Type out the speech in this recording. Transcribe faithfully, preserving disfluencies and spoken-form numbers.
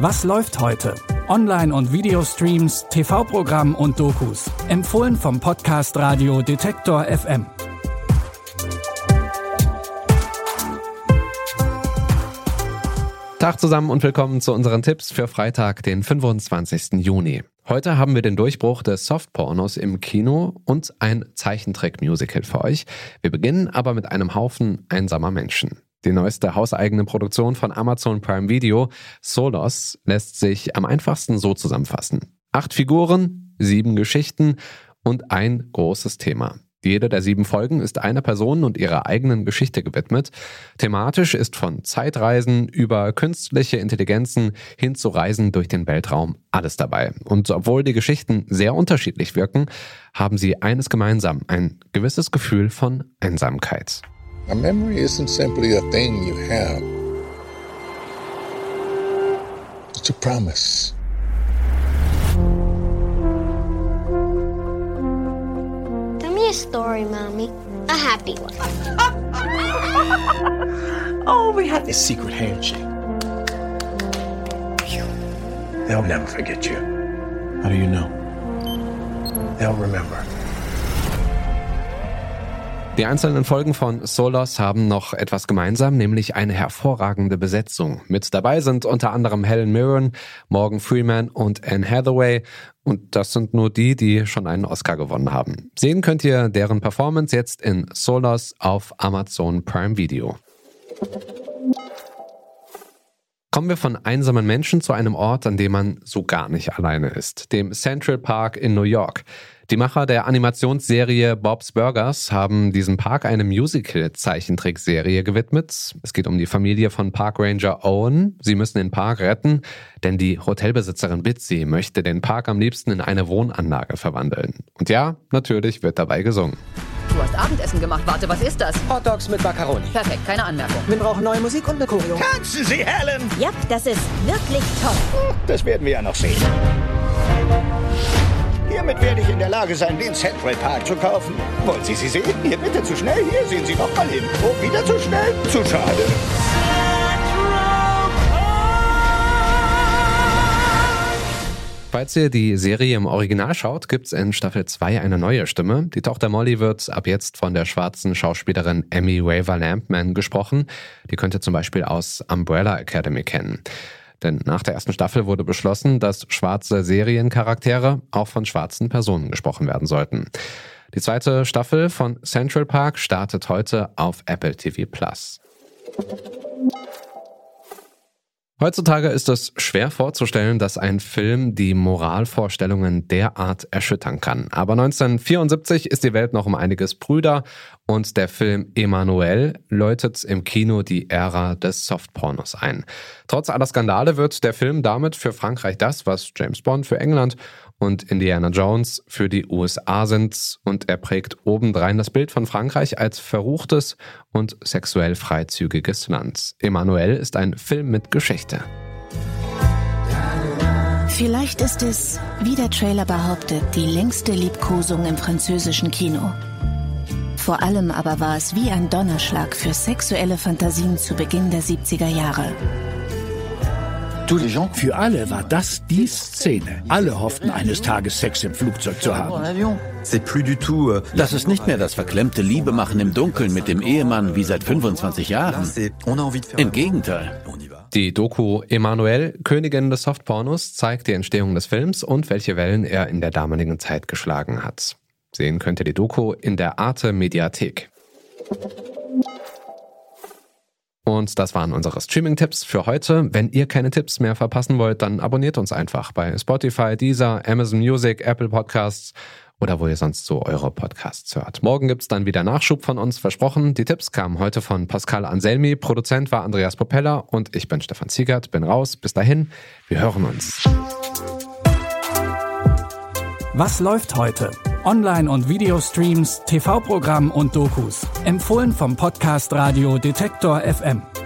Was läuft heute? Online- und Videostreams, T V-Programm und Dokus. Empfohlen vom Podcast Radio Detektor F M. Tag zusammen und willkommen zu unseren Tipps für Freitag, den fünfundzwanzigsten Juni. Heute haben wir den Durchbruch des Softpornos im Kino und ein Zeichentrick-Musical für euch. Wir beginnen aber mit einem Haufen einsamer Menschen. Die neueste hauseigene Produktion von Amazon Prime Video, Solos, lässt sich am einfachsten so zusammenfassen. Acht Figuren, sieben Geschichten und ein großes Thema. Jede der sieben Folgen ist einer Person und ihrer eigenen Geschichte gewidmet. Thematisch ist von Zeitreisen über künstliche Intelligenzen hin zu Reisen durch den Weltraum alles dabei. Und obwohl die Geschichten sehr unterschiedlich wirken, haben sie eines gemeinsam, ein gewisses Gefühl von Einsamkeit. A memory isn't simply a thing you have. It's a promise. A story, Mommy. A happy one. Oh, we had this secret handshake. They'll never forget you. How do you know? They'll remember. Die einzelnen Folgen von Solos haben noch etwas gemeinsam, nämlich eine hervorragende Besetzung. Mit dabei sind unter anderem Helen Mirren, Morgan Freeman und Anne Hathaway. Und das sind nur die, die schon einen Oscar gewonnen haben. Sehen könnt ihr deren Performance jetzt in Solos auf Amazon Prime Video. Kommen wir von einsamen Menschen zu einem Ort, an dem man so gar nicht alleine ist, dem Central Park in New York. Die Macher der Animationsserie Bob's Burgers haben diesem Park eine Musical-Zeichentrickserie gewidmet. Es geht um die Familie von Parkranger Owen. Sie müssen den Park retten, denn die Hotelbesitzerin Bitsy möchte den Park am liebsten in eine Wohnanlage verwandeln. Und ja, natürlich wird dabei gesungen. Du hast Abendessen gemacht. Warte, was ist das? Hot Dogs mit Macaroni. Perfekt, keine Anmerkung. Wir brauchen neue Musik und eine Choreo. Tanzen Sie, Helen! Ja, das ist wirklich toll. Das werden wir ja noch sehen. Hiermit werde ich in der Lage sein, den Central Park zu kaufen. Wollen Sie sie sehen? Hier, bitte zu schnell. Hier, sehen Sie noch mal hin. Oh, wieder zu schnell? Zu schade. Falls ihr die Serie im Original schaut, gibt's in Staffel zwei eine neue Stimme. Die Tochter Molly wird ab jetzt von der schwarzen Schauspielerin Emmy Waver Lampman gesprochen. Die könnt ihr zum Beispiel aus Umbrella Academy kennen. Denn nach der ersten Staffel wurde beschlossen, dass schwarze Seriencharaktere auch von schwarzen Personen gesprochen werden sollten. Die zweite Staffel von Central Park startet heute auf Apple T V Plus. Heutzutage ist es schwer vorzustellen, dass ein Film die Moralvorstellungen derart erschüttern kann. Aber neunzehnhundertvierundsiebzig ist die Welt noch um einiges prüder und der Film Emanuelle läutet im Kino die Ära des Softpornos ein. Trotz aller Skandale wird der Film damit für Frankreich das, was James Bond für England und Indiana Jones für die U S A sind, und er prägt obendrein das Bild von Frankreich als verruchtes und sexuell freizügiges Land. Emanuelle ist ein Film mit Geschichte. Vielleicht ist es, wie der Trailer behauptet, die längste Liebkosung im französischen Kino. Vor allem aber war es wie ein Donnerschlag für sexuelle Fantasien zu Beginn der siebziger Jahre. Für alle war das die Szene. Alle hofften, eines Tages Sex im Flugzeug zu haben. Das ist nicht mehr das verklemmte Liebemachen im Dunkeln mit dem Ehemann wie seit fünfundzwanzig Jahren. Im Gegenteil. Die Doku Emanuelle, Königin des Softpornos, zeigt die Entstehung des Films und welche Wellen er in der damaligen Zeit geschlagen hat. Sehen könnt ihr die Doku in der Arte Mediathek. Und das waren unsere Streaming-Tipps für heute. Wenn ihr keine Tipps mehr verpassen wollt, dann abonniert uns einfach bei Spotify, Deezer, Amazon Music, Apple Podcasts oder wo ihr sonst so eure Podcasts hört. Morgen gibt's dann wieder Nachschub von uns, versprochen. Die Tipps kamen heute von Pascal Anselmi, Produzent war Andreas Propeller und ich bin Stefan Ziegert, bin raus. Bis dahin, wir hören uns. Was läuft heute? Online- und Videostreams, T V-Programm und Dokus. Empfohlen vom Podcast Radio Detektor F M.